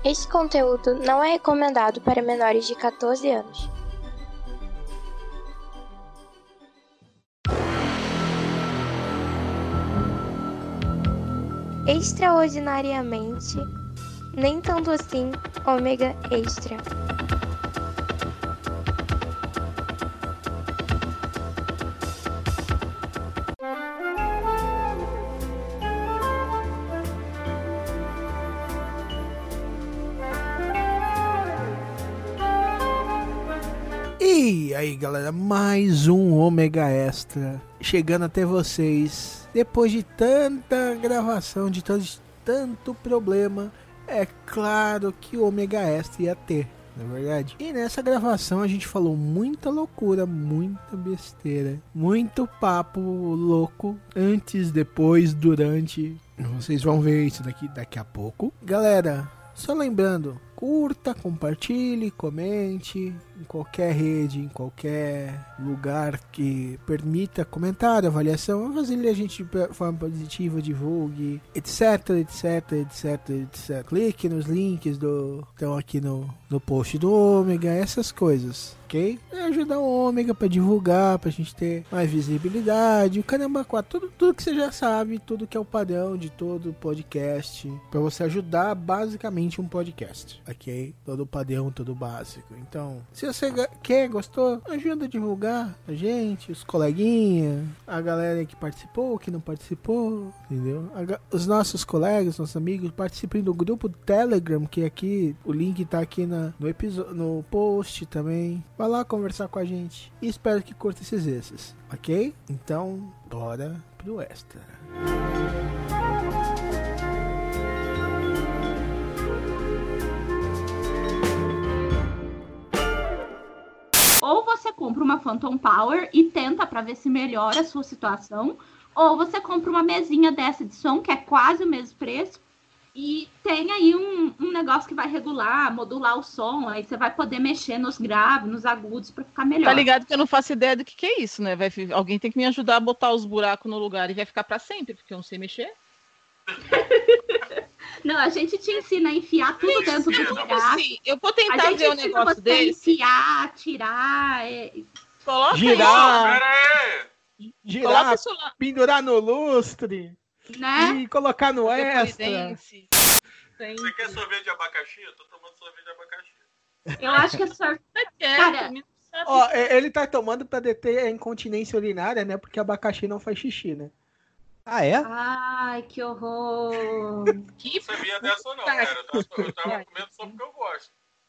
Este conteúdo não é recomendado para menores de 14 anos. Extraordinariamente, nem tanto assim, ômega extra. E aí galera, mais um ômega extra chegando até vocês. Depois de tanta gravação, de tanto problema, é claro que o ômega extra ia ter, não é verdade? E nessa gravação a gente falou muita loucura, muita besteira, muito papo louco, antes, depois, durante. Vocês vão ver isso daqui a pouco. Galera, só lembrando, curta, compartilhe, comente em qualquer rede, em qualquer lugar que permita comentário, avaliação, fazer a gente de forma positiva, divulgue, etc, etc, etc, etc. Clique nos links que estão aqui no post do Ômega, essas coisas, ok? Ajudar o Ômega para divulgar, pra gente ter mais visibilidade, o caramba, tudo que você já sabe, tudo que é o padrão de todo podcast, para você ajudar basicamente um podcast, ok? Todo padrão, todo básico. Então, se você gostou, ajuda a divulgar a gente, os coleguinhas, a galera que participou, que não participou, entendeu? Os nossos colegas, nossos amigos, participem do grupo Telegram, que aqui, o link tá aqui no post também. Vai lá conversar com a gente. E espero que curta esses extras, ok? Então, bora pro extra. Ou você compra uma Phantom Power e tenta para ver se melhora a sua situação, ou você compra uma mesinha dessa de som, que é quase o mesmo preço, e tem aí um negócio que vai regular, modular o som, aí você vai poder mexer nos graves, nos agudos para ficar melhor. Tá ligado que eu não faço ideia do que é isso, né? Alguém tem que me ajudar a botar os buracos no lugar e vai ficar para sempre, porque eu não sei mexer. Não, a gente te ensina a enfiar tudo dentro do lugar. Sim, eu vou tentar ver um negócio desse. Enfiar, tirar, coloca girar, girar, pendurar no lustre, né? E colocar no extra. Você quer sorvete de abacaxi? Eu tô tomando sorvete de abacaxi. Eu acho que é sorvete. Cara, ó, ele tá tomando pra deter a incontinência urinária, né? Porque abacaxi não faz xixi, né? Ah, é? Ai, que horror. Não sabia dessa não, cara. Eu tava comendo só porque eu gosto.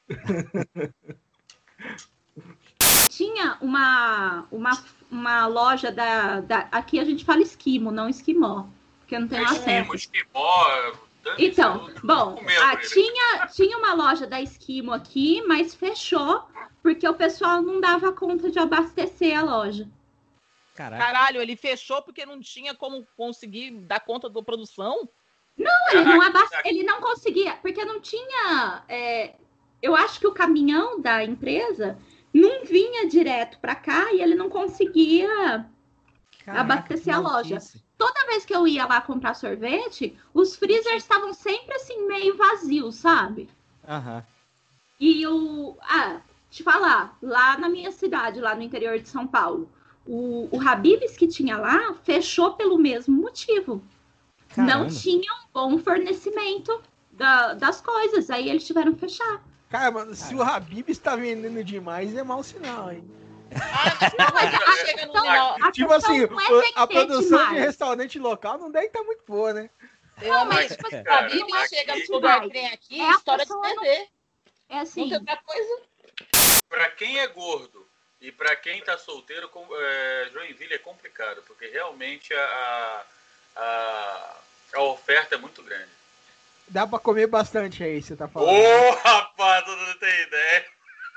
Tinha uma loja aqui a gente fala esquimo, não esquimó, porque eu não tenho acesso. Esquimó. Então, bom, tinha uma loja da Esquimo aqui, mas fechou porque o pessoal não dava conta de abastecer a loja. Caraca. Caralho, ele fechou porque não tinha como conseguir dar conta da produção? Não, ele não conseguia, porque não tinha. Eu acho que o caminhão da empresa não vinha direto para cá e ele não conseguia abastecer a loja. Toda vez que eu ia lá comprar sorvete, os freezers estavam sempre assim, meio vazios, sabe? Aham. E te falar, lá na minha cidade, lá no interior de São Paulo, o Habib's que tinha lá fechou pelo mesmo motivo. Caramba. Não tinha um bom fornecimento das coisas, aí eles tiveram que fechar. Cara, mano, se o Habib's tá vendendo demais, é mau sinal, hein? Tipo assim, a produção de restaurante local não deve estar muito boa, né? Não, mas tipo assim, a Bíblia chega no lugar que tem aqui, história de TV. É assim. Não tem outra coisa. Pra quem é gordo e pra quem tá solteiro, Joinville é complicado, porque realmente a oferta é muito grande. Dá pra comer bastante aí, você tá falando. Ô, rapaz, tu não tem ideia.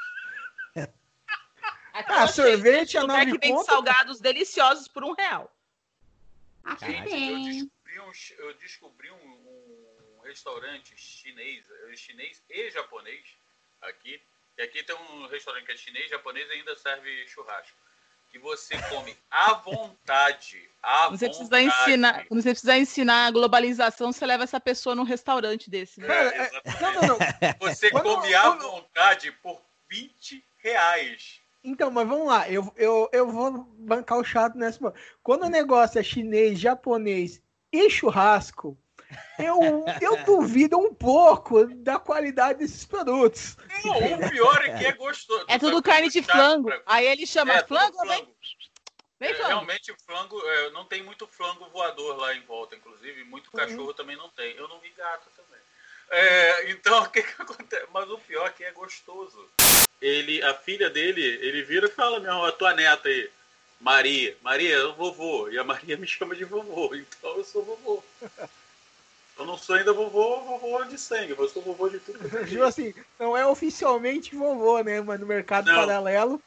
Sorvete a 9 que vende salgados deliciosos por R$1. Aqui tem. Eu descobri um restaurante chinês e japonês aqui. E aqui tem um restaurante que é chinês, japonês e ainda serve churrasco. que você come à vontade. Quando você precisar ensinar a globalização, você leva essa pessoa num restaurante desse, né? Não. Você come à vontade por R$20. Então, mas vamos lá, eu vou bancar o chato nessa. Quando o negócio é chinês, japonês e churrasco, eu duvido um pouco da qualidade desses produtos. Não, o pior é que é gostoso. É tudo carne de flango. Aí ele chama flango. Realmente, flango, não tem muito flango voador lá em volta, inclusive. Muito cachorro também não tem. Eu não vi gato também. Então, o que acontece? Mas o pior é que é gostoso. A filha dele, ele vira e fala, a tua neta aí, Maria, é o vovô. E a Maria me chama de vovô, então eu sou vovô. Eu não sou ainda vovô de sangue, eu sou vovô de tudo. Tipo assim, não é oficialmente vovô, né? Mas no mercado paralelo.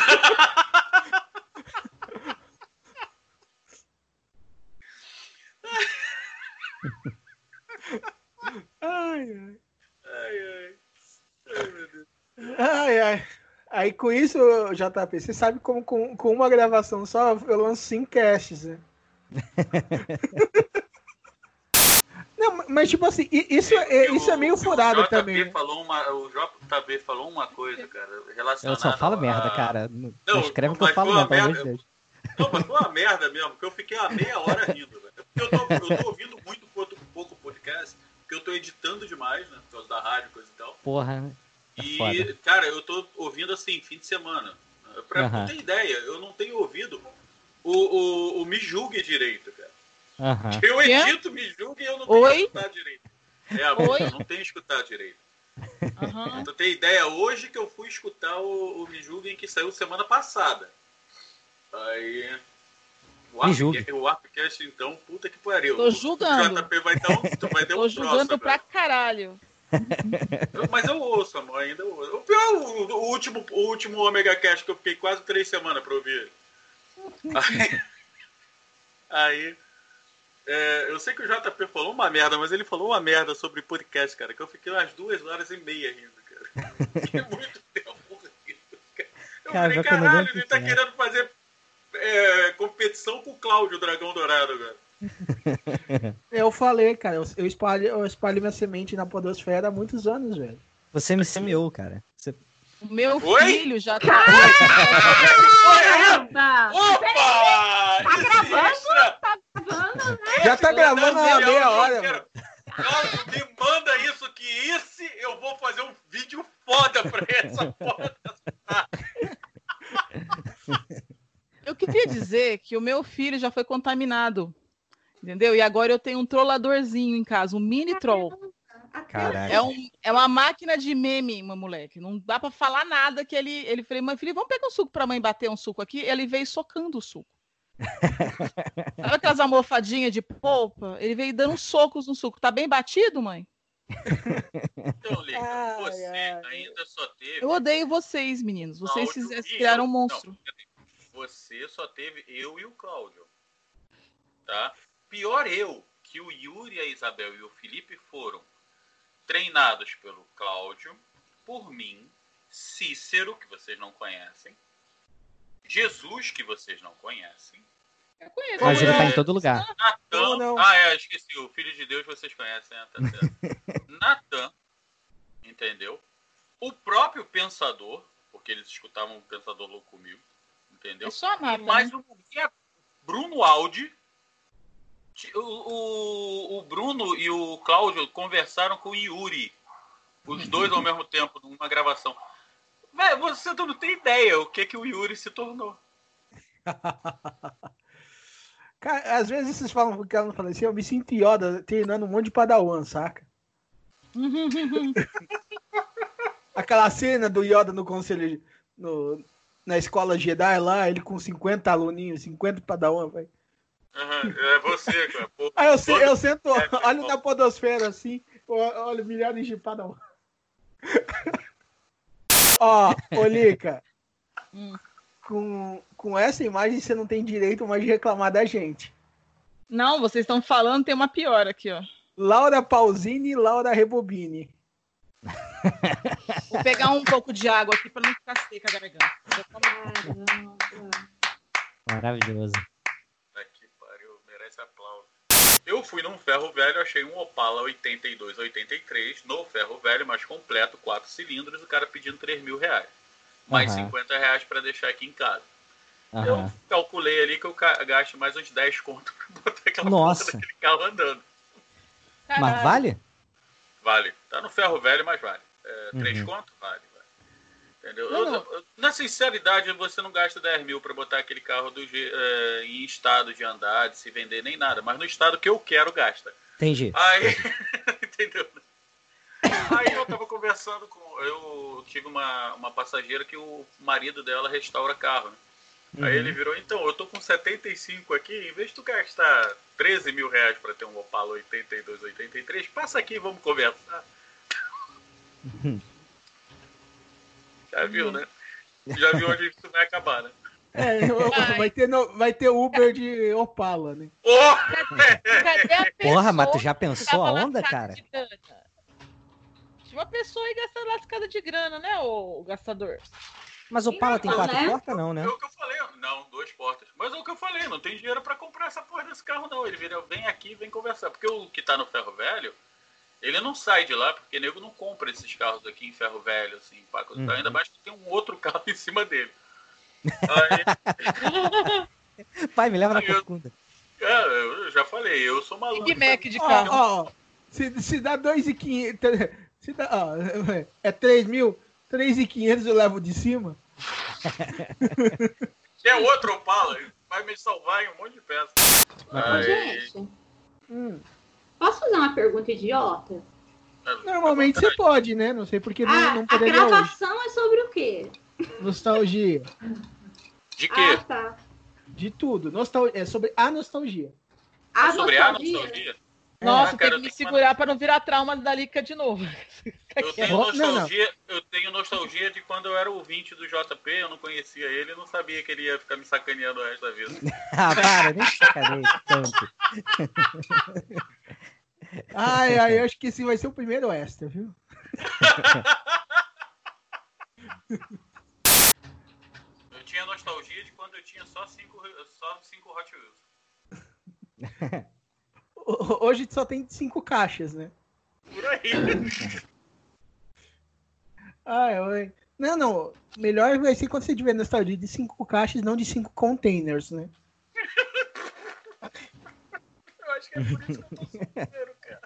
Ai, meu Deus. Ai. Aí com isso, JP, você sabe como com uma gravação só eu lanço 5 casts, né? Não, mas tipo assim, isso é meio furado também. O JP falou uma coisa, cara, relacionada. Eu só falo merda, cara. Não escreve o que eu falo, não, pelo amor de Deus. Não, mas foi uma merda mesmo, porque eu fiquei uma meia hora rindo, velho. Porque eu tô ouvindo muito pouco podcast, porque eu tô editando demais, né? Por causa da rádio, coisa e tal. Porra. E, cara, eu tô ouvindo assim, fim de semana. Pra não ter ideia, eu não tenho ouvido o Me Julgue direito, cara. Eu edito Me Julgue e eu não tenho escutado direito. Eu não tenho escutado direito. Pra tu ter ideia, hoje que eu fui escutar o Me Julguem, que saiu semana passada. Aí... O Warpcast, então, puta que pariu. Tô julgando. O JP vai dar um Tô julgando pra caralho. Mas eu ouço, amor, ainda ouço. O pior, o último Omega Cast que eu fiquei quase 3 semanas pra ouvir. Aí eu sei que o JP falou uma merda, mas ele falou uma merda sobre podcast, cara, que eu fiquei umas 2h30 rindo, cara. Fiquei muito tempo rindo, cara. Eu falei, caralho, ele tá querendo fazer competição com o Cláudio, o Dragão Dourado, cara. Eu falei, cara, eu espalho minha semente na podosfera há muitos anos, velho. Você me semeou, cara. O meu filho já tá... Opa! Tá gravando, né? Já tá gravando há meia hora, mano. Cláudio, me manda isso, que eu vou fazer um vídeo foda pra essa porra. Eu queria dizer que o meu filho já foi contaminado, entendeu? E agora eu tenho um trolladorzinho em casa, um mini troll. Caraca. É uma máquina de meme, meu moleque. Não dá pra falar nada que ele falei, mãe, filho, vamos pegar um suco pra mãe bater um suco aqui? Ele veio socando o suco. Sabe aquelas almofadinhas de polpa? Ele veio dando socos no suco. Tá bem batido, mãe? Então, Lica, você ainda só teve... Eu odeio vocês, meninos. Vocês criaram um monstro. Você só teve eu e o Cláudio. Tá? Pior que o Yuri, a Isabel e o Felipe foram treinados pelo Cláudio, por mim, Cícero, que vocês não conhecem, Jesus, que vocês não conhecem. Eu conheço. Mas ele tá em todo lugar. Natan, esqueci, o Filho de Deus vocês conhecem, né? Tá certo. Natan, entendeu? O próprio Pensador, porque eles escutavam o Pensador louco comigo, entendeu? É só Natan. Mas o Bruno Aldi, o Bruno e o Cláudio conversaram com o Yuri, os dois ao mesmo tempo, numa gravação. Velho, você não tem ideia o que o Yuri se tornou. Cara, às vezes vocês falam porque ela não fala assim, eu me sinto Yoda treinando um monte de padawan, saca? Aquela cena do Yoda no conselho, na escola Jedi lá, ele com 50 aluninhos, 50 padawan, velho. É você, cara. Pô, aí eu sento, olho na podosfera assim, olho milhares de padawan. Ó, Lica, com essa imagem você não tem direito mais de reclamar da gente. Não, vocês estão falando, tem uma pior aqui, ó. Laura Pausini e Laura Rebobini. Vou pegar um pouco de água aqui para não ficar seca a garganta. Maravilhoso. Aqui, pariu, merece aplauso. Eu fui num ferro velho, achei um Opala 82-83 no ferro velho, mas completo, 4 cilindros, o cara pedindo R$3.000. Mais R$50 para deixar aqui em casa. Eu calculei ali que eu gasto mais uns 10 conto pra botar aquela porra daquele carro andando. Mas vale? Vale. Tá no ferro velho, mas vale. 3 conto? Vale. Entendeu? Na sinceridade, você não gasta 10 mil pra botar aquele carro em estado de andar, de se vender, nem nada. Mas no estado que eu quero, gasta. Entendi. Aí, entendeu? Aí eu tava conversando com... Eu tive uma passageira que o marido dela restaura carro, né? Aí ele virou, então, eu tô com 75 aqui, em vez de tu gastar R$13.000 pra ter um Opala 82-83, passa aqui e vamos conversar. Já viu, né? Já viu onde isso vai acabar, né? Vai ter Uber de Opala, né? Cadê a pessoa? Porra, mas tu já pensou a onda, cara? Tinha uma pessoa aí gastando lascada de grana, né, o gastador? Mas o Opala tem 4 portas, não, né? É o que eu falei, não, 2 portas. Mas é o que eu falei, não tem dinheiro pra comprar essa porra desse carro, não. Ele vem aqui e vem conversar. Porque o que tá no ferro velho, ele não sai de lá, porque nego não compra esses carros aqui em ferro velho, assim, ainda mais que tem um outro carro em cima dele. Aí... Pai, me leva na corcunda. Eu já falei, eu sou maluco. Big Mac de carro. Se dá 2.500, é 3 mil, 3.500 eu levo de cima. Quer outro Opala? Vai me salvar em um monte de peça. Gente, posso fazer uma pergunta idiota? Normalmente você pode, né? Não sei porque não poderia. A gravação hoje é sobre o quê? Nostalgia. De quê? Tá. De tudo. É sobre a nostalgia. Sobre a nostalgia? Nossa, tem que me segurar para não virar trauma da Lica de novo. Eu tenho nostalgia, eu tenho nostalgia de quando eu era ouvinte do JP, eu não conhecia ele, não sabia que ele ia ficar me sacaneando o resto da vida. Para, nem sacaneio tanto. Ai, acho que esse vai ser o primeiro extra, viu? Eu tinha nostalgia de quando eu tinha só 5 Hot Wheels. Hoje só tem 5 caixas, né? Por aí. Não. Melhor vai ser quando você tiver nostalgia de 5 caixas, não de 5 containers, né? Eu acho que é por isso que eu tô solteiro, cara.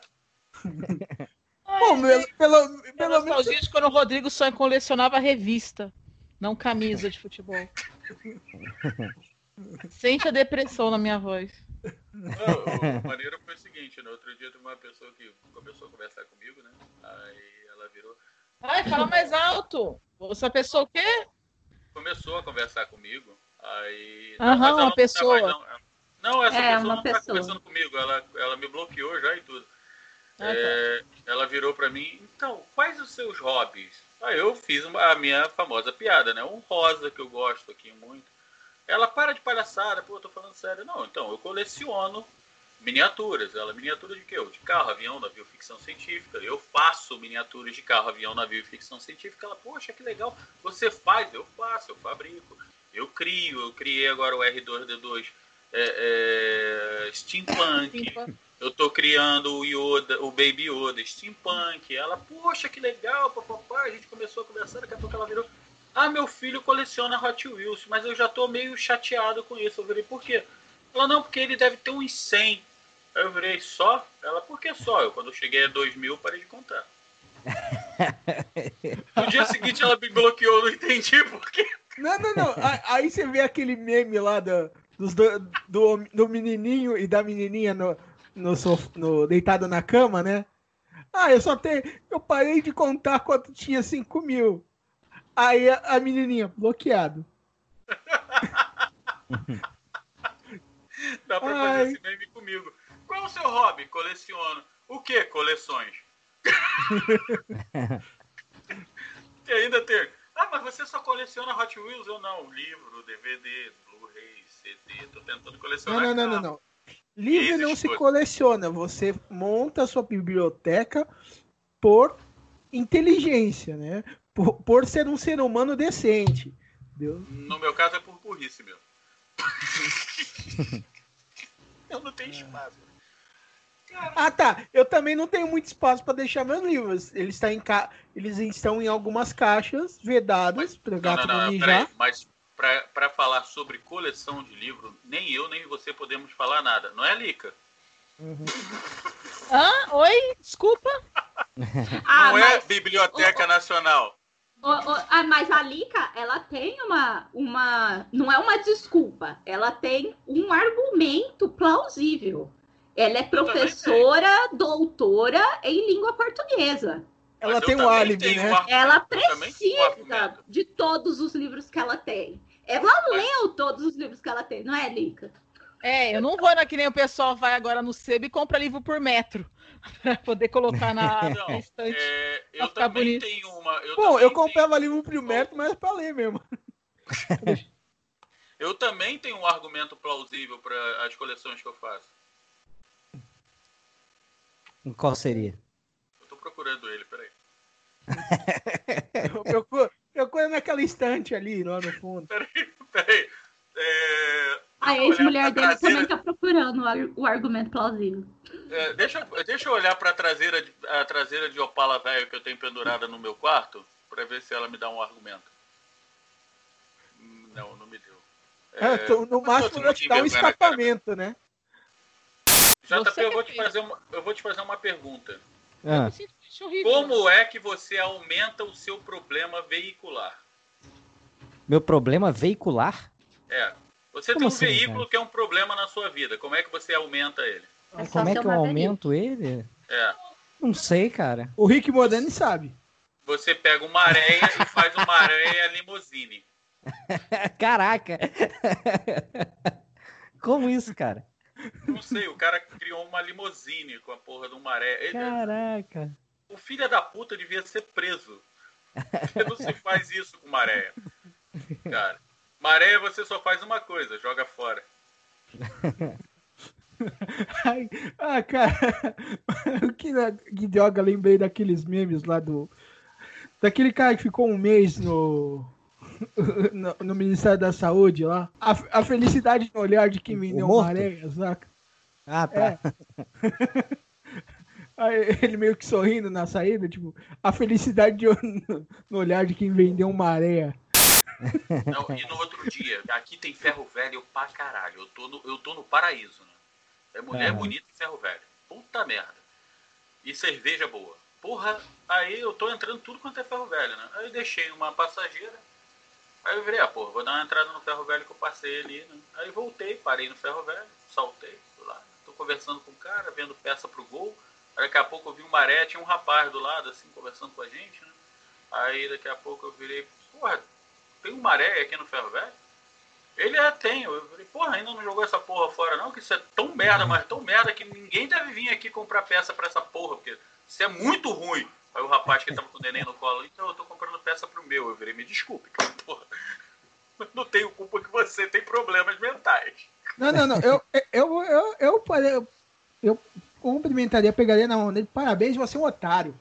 Pelo nostalgia de quando o Rodrigo só colecionava revista, não camisa de futebol. Sente a depressão na minha voz. O maneiro foi o seguinte, no outro dia teve uma pessoa que começou a conversar comigo, né? Aí ela virou... Fala mais alto! Essa pessoa o quê? Começou a conversar comigo, aí... uma pessoa. Essa pessoa não tá conversando comigo, ela me bloqueou já e tudo. Ela virou pra mim, então, quais os seus hobbies? Aí eu fiz a minha famosa piada, né? Um rosa que eu gosto aqui muito. Ela, para de palhaçada, pô, eu tô falando sério. Não, então, eu coleciono miniaturas. Ela, miniatura de quê? De carro, avião, navio, ficção científica. Eu faço miniaturas de carro, avião, navio e ficção científica. Ela, poxa, que legal. Você faz? Eu faço, eu fabrico. Eu criei agora o R2D2 Steampunk. Eu tô criando o Yoda, o Baby Yoda, Steampunk. Ela, poxa, que legal, papai. A gente começou a conversar, daqui a pouco ela virou... meu filho coleciona Hot Wheels, mas eu já tô meio chateado com isso. Eu virei, por quê? Ela, não, porque ele deve ter uns 100. Aí eu virei, só? Ela, por que só? Quando eu cheguei a 2.000, parei de contar. No dia seguinte ela me bloqueou, não entendi por quê. Não. Aí você vê aquele meme lá do menininho e da menininha no deitado na cama, né? Eu parei de contar quando tinha 5.000. Aí a menininha, bloqueado. Dá pra fazer esse meme comigo. Qual é o seu hobby? Coleciono. O que? Coleções. E ainda tem... mas você só coleciona Hot Wheels? Eu não. Livro, DVD, Blu-ray, CD. Tô tentando colecionar. Não. Livro não se coleciona. Você monta a sua biblioteca por inteligência, né? Por ser um ser humano decente. Entendeu? No meu caso é por burrice mesmo. Eu não tenho espaço. Ah, tá. Eu também não tenho muito espaço para deixar meus livros. Eles estão em algumas caixas vedadas para gato não mijar. Peraí, mas para falar sobre coleção de livro, nem eu nem você podemos falar nada. Não é, Lica? Uhum. Oi? Desculpa. Não é Biblioteca Nacional. Mas a Lica, ela tem uma... Não é uma desculpa. Ela tem um argumento plausível. Ela é professora, doutora em língua portuguesa. Ela tem um álibi, né? Ela precisa de todos os livros que ela tem. Ela leu todos os livros que ela tem, não é, Lica? Eu não vou que nem o pessoal vai agora no sebo e compra livro por metro. Para poder colocar na estante. Eu também tenho uma... Eu comprava livro por metro, mas para ler mesmo. Eu também tenho um argumento plausível para as coleções que eu faço. Qual seria? Eu tô procurando ele, peraí. Procura naquela estante ali, lá no fundo. Peraí. A ex-mulher dele também tá procurando o argumento plausível. Deixa eu olhar para a traseira de Opala velho que eu tenho pendurada no meu quarto, para ver se ela me dá um argumento. Não me deu. No máximo vai te dar um escapamento, né? JP, eu vou te fazer uma pergunta. Como é que você aumenta o seu problema veicular? Meu problema veicular? Você tem um veículo que é um problema na sua vida. Como é que você aumenta ele? Como é que eu aumento ele? Não sei, cara. O Rick Modani sabe. Você pega uma areia e faz uma areia limousine. Caraca! Como isso, cara? Não sei, o cara criou uma limousine com a porra de uma areia. Caraca! O filho da puta devia ser preso. Porque não se faz isso com maré. Cara, maré você só faz uma coisa, joga fora. Cara, que droga, lembrei daqueles memes lá daquele cara que ficou um mês no Ministério da Saúde lá. A felicidade no olhar de quem vendeu uma areia, saca? Ah, tá. Aí, ele meio que sorrindo na saída, tipo, a felicidade no olhar de quem vendeu uma areia. Não, e no outro dia, aqui tem ferro velho pra caralho. Eu tô no paraíso, né? É mulher bonita e ferro velho. Puta merda. E cerveja boa. Porra, aí eu tô entrando tudo quanto é ferro velho, né? Aí eu deixei uma passageira. Aí eu virei, porra, vou dar uma entrada no ferro velho que eu passei ali, né? Aí voltei, parei no ferro velho, saltei, fui lá. Tô conversando com o cara, vendo peça pro gol. Aí daqui a pouco eu vi um maré, tinha um rapaz do lado, assim, conversando com a gente, né? Aí daqui a pouco eu virei, porra, tem um maré aqui no ferro velho? Ele tem. Eu falei, porra, ainda não jogou essa porra fora não? Que isso é tão merda, mas tão merda que ninguém deve vir aqui comprar peça pra essa porra, porque isso é muito ruim. Aí o rapaz que tava com o neném no colo, então eu tô comprando peça pro meu. Eu virei, me desculpe, cara, porra. Não tenho culpa que você tem problemas mentais. Não. Eu cumprimentaria, pegaria na mão dele, parabéns, você é um otário.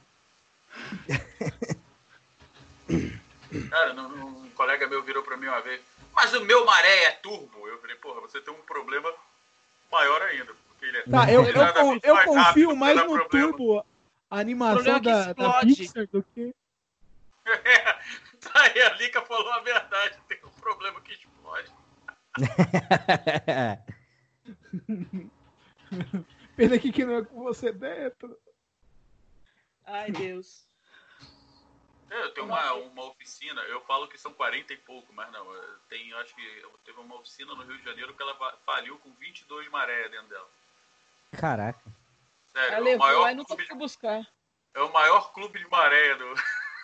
Cara, um colega meu virou pra mim uma vez, mas o meu maré é turbo. Eu falei, porra, você tem um problema maior ainda. Porque ele é eu confio mais no turbo, a animação da Pixar do que... Aí a Lica falou a verdade, tem um problema que explode. Pena que não é com você dentro. Ai, Deus. Eu tenho uma oficina, eu falo que são 40 e pouco, mas não, eu acho que teve uma oficina no Rio de Janeiro que ela faliu com 22 maré dentro dela. Caraca. Sério, ela levou, aí não conseguiu buscar. É o maior clube de maré do...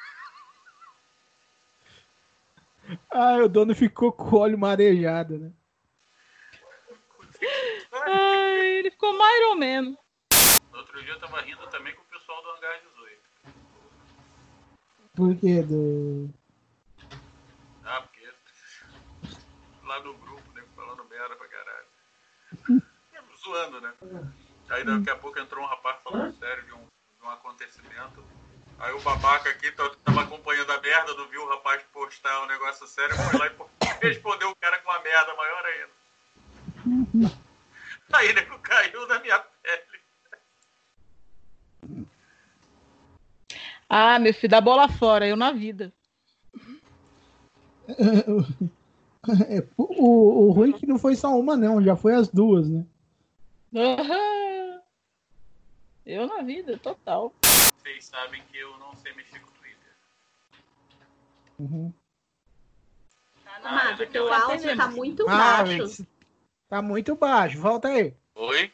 O dono ficou com o óleo marejado, né? Ele ficou mais ou menos. No outro dia eu tava rindo também com o pessoal do Hangar 18. Por quê? Porque lá no grupo, né, falando merda pra caralho. Zoando, né? Aí daqui a pouco entrou um rapaz falando sério de um acontecimento. Aí o babaca aqui tava acompanhando a merda, não viu o rapaz postar um negócio sério, foi lá e respondeu o cara com uma merda maior ainda. Aí, nego, caiu na minha pele. Ah, meu filho, dá bola fora, eu na vida. O ruim é que não foi só uma, não. Já foi as duas, né? Eu na vida, total. Vocês sabem que eu não sei mexer com o Twitter. Uhum. Mas o teu áudio tá muito baixo. Tá muito baixo. Volta aí. Oi?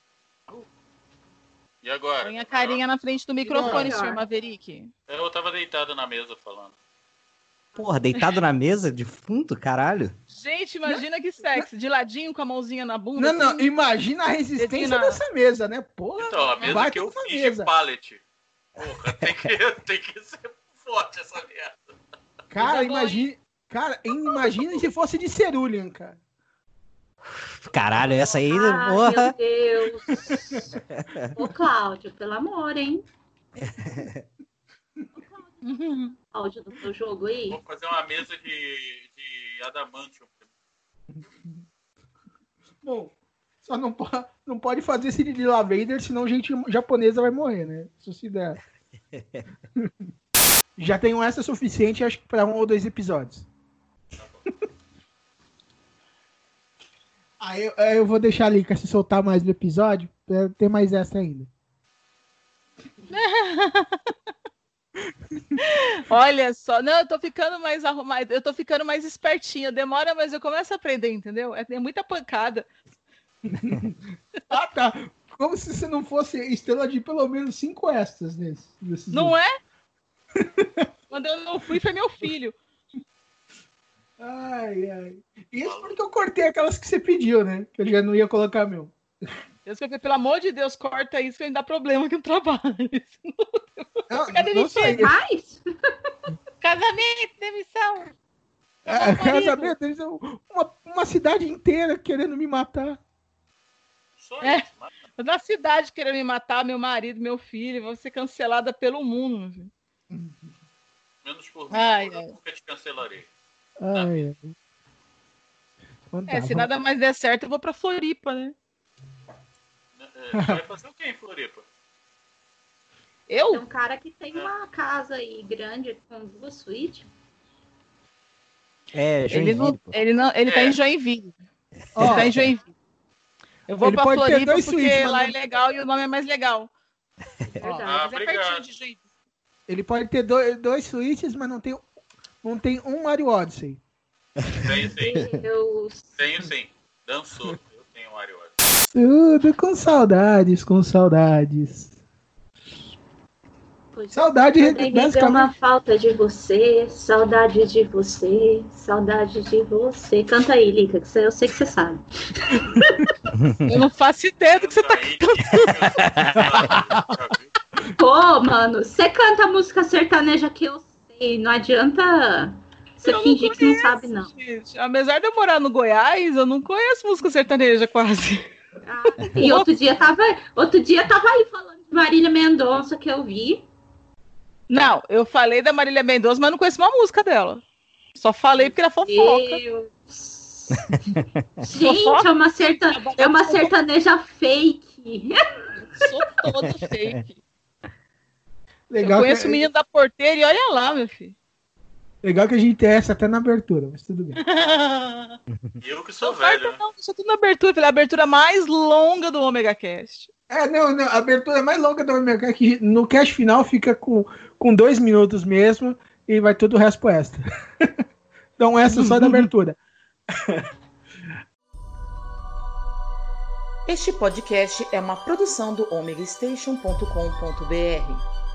E agora? Põe a carinha na frente do microfone, senhor Maverick. Eu tava deitado na mesa falando. Porra, deitado na mesa, defunto, caralho. Gente, imagina que sexy. De ladinho com a mãozinha na bunda. Não, imagina a resistência dessa mesa, né? Porra, então, a mesa que eu fiz de pallet. Porra, tem que ser forte essa merda. Cara, imagina se fosse de Cerulean, cara. Caralho, essa aí... Meu Deus. Ô, Cláudio, pelo amor, hein? Áudio do seu jogo aí. Vou fazer uma mesa de adamantium. Bom, só não pode fazer esse de Lavader, senão gente japonesa vai morrer, né? Isso se der. Já tenho essa suficiente, acho que para 1 ou 2 episódios. Aí eu vou deixar a Lika se soltar mais no episódio, pra ter mais essa ainda. Olha só, não, eu tô ficando mais arrumada, eu tô ficando mais espertinha, demora, mas eu começo a aprender, entendeu? É muita pancada. Ah, tá. Como se você não fosse estrela de pelo menos 5 extras nesses não é? Quando eu não fui, foi meu filho. Ai. Isso porque eu cortei aquelas que você pediu, né? Que eu já não ia colocar meu. Eu escrevi, pelo amor de Deus, corta isso que ainda dá problema aqui no trabalho. Não sei. Mais? Casamento, demissão. Casamento, demissão. Uma cidade inteira querendo me matar. Só isso, na cidade querendo me matar, meu marido, meu filho, vou ser cancelada pelo mundo. Menos por mim, eu nunca te cancelarei. Se nada mais der certo, eu vou pra Floripa, né? Vai fazer o quê em Floripa? Tem um cara que tem uma casa aí grande com 2 suítes. Joinville. Ele tá em Joinville. Ele tá em Joinville. Eu vou pra Floripa porque suítes, lá é legal e o nome é mais legal. Verdade. É pertinho de Joinville. Ele pode ter 2 suítes, mas não tem um Mario Odyssey. Tenho sim. Dançou. Eu tenho um Mario Odyssey. Tudo com saudades. Saudade, basicamente. Uma falta de você, saudade de você, saudade de você. Canta aí, Lika, que eu sei que você sabe. Eu não faço ideia do que você tá cantando. Pô, mano, você canta música sertaneja que eu sei, não adianta você fingir que não sabe, não. Gente. Apesar de eu morar no Goiás, eu não conheço música sertaneja quase. E outro dia tava aí falando de Marília Mendonça que eu vi. Não, eu falei da Marília Mendonça, mas não conheço uma música dela. Só falei porque era fofoca. Gente, é uma sertaneja fake. Sou toda fake. Legal, eu conheço o menino da porteira e olha lá, meu filho. Legal que a gente tem essa até na abertura, mas tudo bem. Eu que sou velho. Não, isso tudo na abertura, foi a abertura mais longa do Omega Cast. Não, a abertura mais longa do Omega Cast, que no cast final fica com 2 minutos mesmo e vai tudo o resto pro extra. Então essa só da abertura. Este podcast é uma produção do omegastation.com.br.